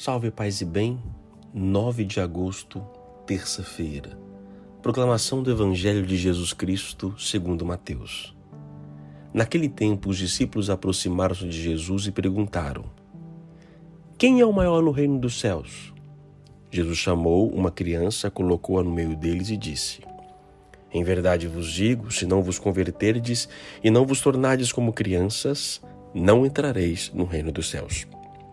Salve, paz e bem, 9 de agosto, terça-feira. Proclamação do Evangelho de Jesus Cristo, segundo Mateus. Naquele tempo, os discípulos aproximaram-se de Jesus e perguntaram: Quem é o maior no reino dos céus? Jesus chamou uma criança, colocou-a no meio deles e disse: Em verdade vos digo, se não vos converterdes e não vos tornardes como crianças, não entrareis no reino dos céus.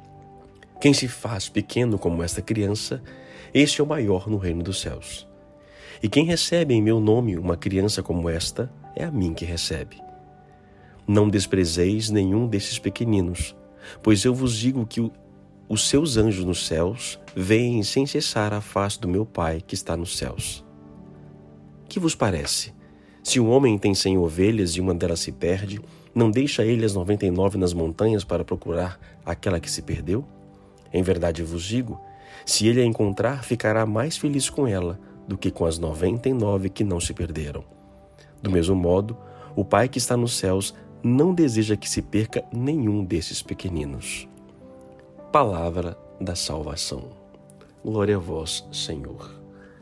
Quem se faz pequeno como esta criança, este é o maior no reino dos céus. E quem recebe em meu nome uma criança como esta, é a mim que recebe. Não desprezeis nenhum desses pequeninos, pois eu vos digo que os seus anjos nos céus veem sem cessar a face do meu Pai que está nos céus. Que vos parece? Se um homem tem 100 ovelhas e uma delas se perde, não deixa ele as 99 nas montanhas para procurar aquela que se perdeu? Em verdade vos digo, se ele a encontrar, ficará mais feliz com ela do que com as 99 que não se perderam. Do mesmo modo, o Pai que está nos céus não deseja que se perca nenhum desses pequeninos. Palavra da salvação. Glória a vós, Senhor.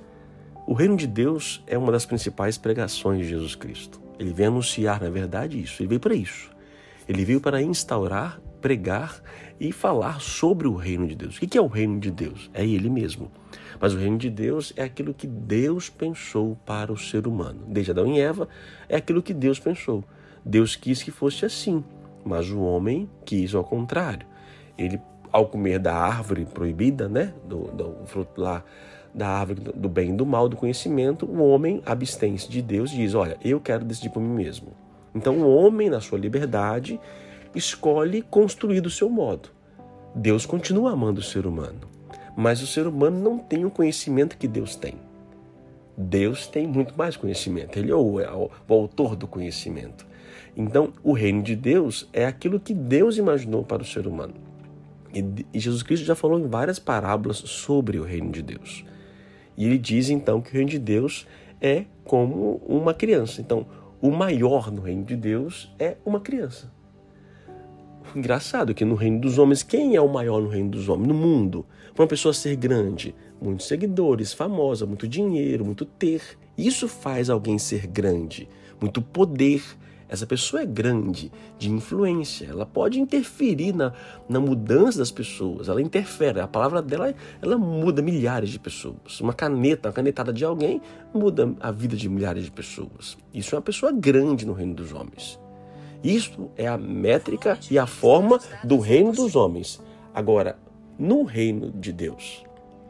O reino de Deus é uma das principais pregações de Jesus Cristo. Ele veio anunciar, na verdade, isso. Ele veio para isso. Ele veio para instaurar, pregar e falar sobre o reino de Deus. O que é o reino de Deus? É Ele mesmo. Mas o reino de Deus é aquilo que Deus pensou para o ser humano. Desde Adão e Eva, é aquilo que Deus pensou. Deus quis que fosse assim, mas o homem quis ao contrário. Ele, ao comer da árvore proibida, do fruto lá, da árvore do bem e do mal, do conhecimento, o homem abstém-se de Deus e diz: olha, eu quero decidir por mim mesmo. Então o homem, na sua liberdade, escolhe construir do seu modo. Deus continua amando o ser humano, mas o ser humano não tem o conhecimento que Deus tem. Deus tem muito mais conhecimento, Ele é o autor do conhecimento. Então o reino de Deus é aquilo que Deus imaginou para o ser humano. E Jesus Cristo já falou em várias parábolas sobre o reino de Deus. E ele diz então que o reino de Deus é como uma criança. Então, o maior no reino de Deus é uma criança. Engraçado que no reino dos homens, quem é o maior no reino dos homens? No mundo, para uma pessoa ser grande, muitos seguidores, famosa, muito dinheiro, muito ter. Isso faz alguém ser grande, muito poder. Essa pessoa é grande, de influência, ela pode interferir na mudança das pessoas, ela interfere, a palavra dela, ela muda milhares de pessoas. Uma canetada de alguém muda a vida de milhares de pessoas. Isso é uma pessoa grande no reino dos homens. Isso é a métrica e a forma do reino dos homens. Agora, no reino de Deus,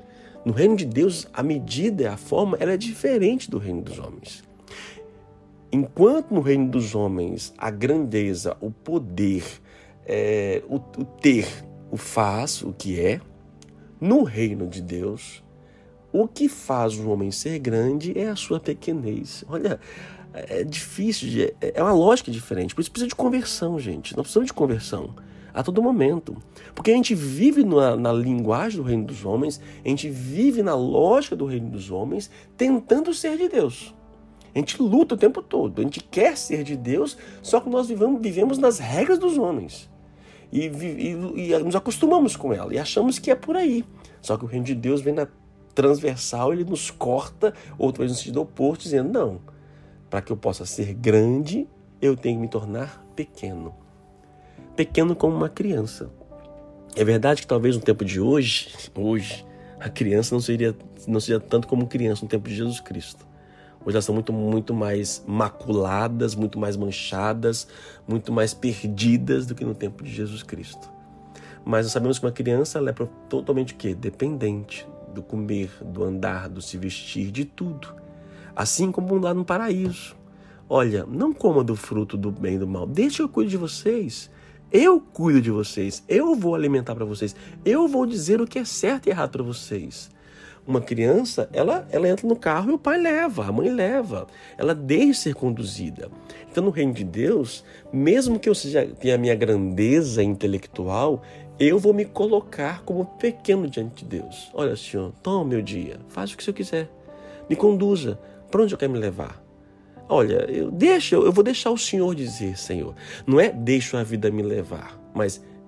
a medida e a forma, ela é diferente do reino dos homens. Enquanto no reino dos homens a grandeza, o poder, o ter, o faz, o que é, no reino de Deus, o que faz o homem ser grande é a sua pequenez. Olha, é difícil, é uma lógica diferente, por isso precisa de conversão, gente. Nós precisamos de conversão a todo momento, porque a gente vive na linguagem do reino dos homens, a gente vive na lógica do reino dos homens, tentando ser de Deus. A gente luta o tempo todo, a gente quer ser de Deus, só que nós vivemos nas regras dos homens. E nos acostumamos com ela e achamos que é por aí. Só que o reino de Deus vem na transversal, ele nos corta, outra vez no sentido oposto, dizendo: não, para que eu possa ser grande, eu tenho que me tornar pequeno. Pequeno como uma criança. É verdade que talvez no tempo de hoje a criança não seria tanto como criança no tempo de Jesus Cristo. Hoje elas são muito mais maculadas, muito mais manchadas, muito mais perdidas do que no tempo de Jesus Cristo. Mas nós sabemos que uma criança ela é totalmente o quê? Dependente do comer, do andar, do se vestir, de tudo. Assim como lá no paraíso. Olha, não coma do fruto do bem e do mal. Deixa eu cuidar de vocês. Eu cuido de vocês. Eu vou alimentar para vocês. Eu vou dizer o que é certo e errado para vocês. Uma criança, ela entra no carro e o pai leva, a mãe leva. Ela deixa ser conduzida. Então, no reino de Deus, mesmo que eu tenha a minha grandeza intelectual, eu vou me colocar como pequeno diante de Deus. Olha, Senhor, toma meu dia, faz o que o Senhor quiser. Me conduza. Para onde eu quero me levar? Olha, eu vou deixar o Senhor dizer, Senhor. Não é deixo a vida me levar, mas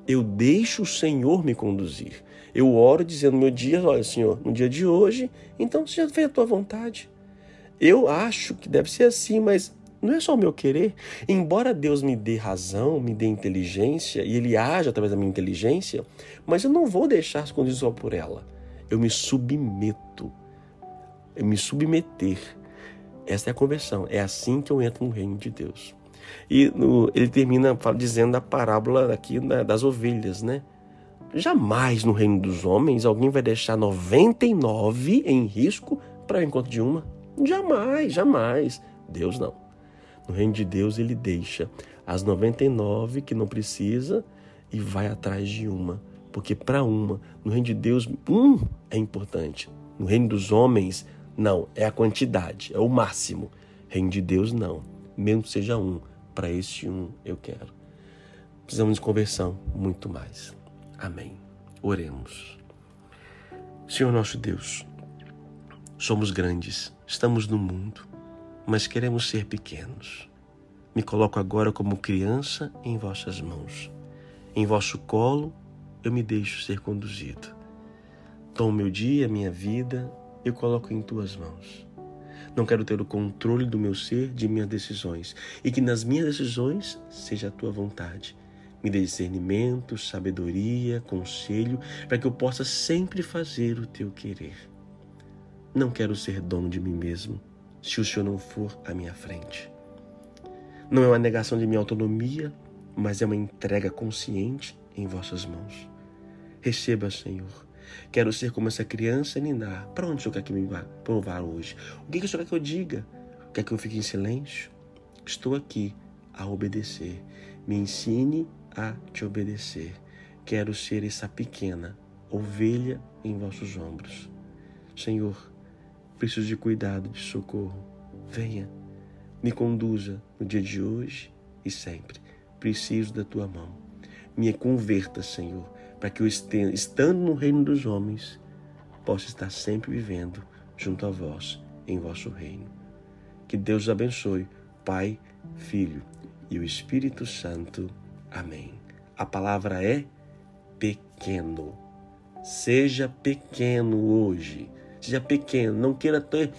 Eu deixo o Senhor me conduzir. Eu oro dizendo no meu dia, olha, Senhor, no dia de hoje, então seja feita a tua vontade. Eu acho que deve ser assim, mas não é só o meu querer. Embora Deus me dê razão, me dê inteligência, e Ele age através da minha inteligência, mas eu não vou deixar se conduzir só por ela. Eu me submeto. Eu me submeter. Essa é a conversão. É assim que eu entro no reino de Deus. E ele termina dizendo a parábola aqui das ovelhas, né? Jamais no reino dos homens alguém vai deixar 99 em risco para o encontro de uma. Jamais, jamais. Deus não. No reino de Deus ele deixa as 99 que não precisa e vai atrás de uma. Porque para uma, no reino de Deus, é importante. No reino dos homens, não. É a quantidade, é o máximo. Reino de Deus, não. Mesmo que seja para este eu quero. Precisamos de conversão, muito mais. Amém. Oremos. Senhor nosso Deus, somos grandes, estamos no mundo, mas queremos ser pequenos. Me coloco agora como criança em vossas mãos. Em vosso colo eu me deixo ser conduzido. Tomo meu dia, minha vida, eu coloco em tuas mãos. Não quero ter o controle do meu ser, de minhas decisões, e que nas minhas decisões seja a tua vontade. Me dê discernimento, sabedoria, conselho, para que eu possa sempre fazer o teu querer. Não quero ser dono de mim mesmo, se o Senhor não for à minha frente. Não é uma negação de minha autonomia, mas é uma entrega consciente em vossas mãos. Receba, Senhor. Quero ser como essa criança ninar. Para onde o Senhor quer que me vá provar hoje? O que o Senhor quer que eu diga? Quer que eu fique em silêncio? Estou aqui a obedecer. Me ensine a te obedecer. Quero ser essa pequena ovelha em vossos ombros. Senhor, preciso de cuidado, de socorro. Venha, me conduza no dia de hoje e sempre. Preciso da tua mão. Me converta, Senhor, para que eu, estando no reino dos homens, possa estar sempre vivendo junto a vós, em vosso reino. Que Deus os abençoe, Pai, Filho e o Espírito Santo. Amém. A palavra é pequeno. Seja pequeno hoje. Seja pequeno. Não queira ter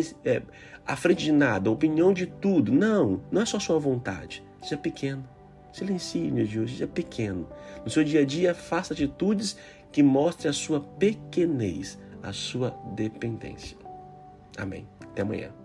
à frente de nada, opinião de tudo. Não é só sua vontade. Seja pequeno. Silencie no dia de hoje, seja pequeno. No seu dia a dia, faça atitudes que mostrem a sua pequenez, a sua dependência. Amém. Até amanhã.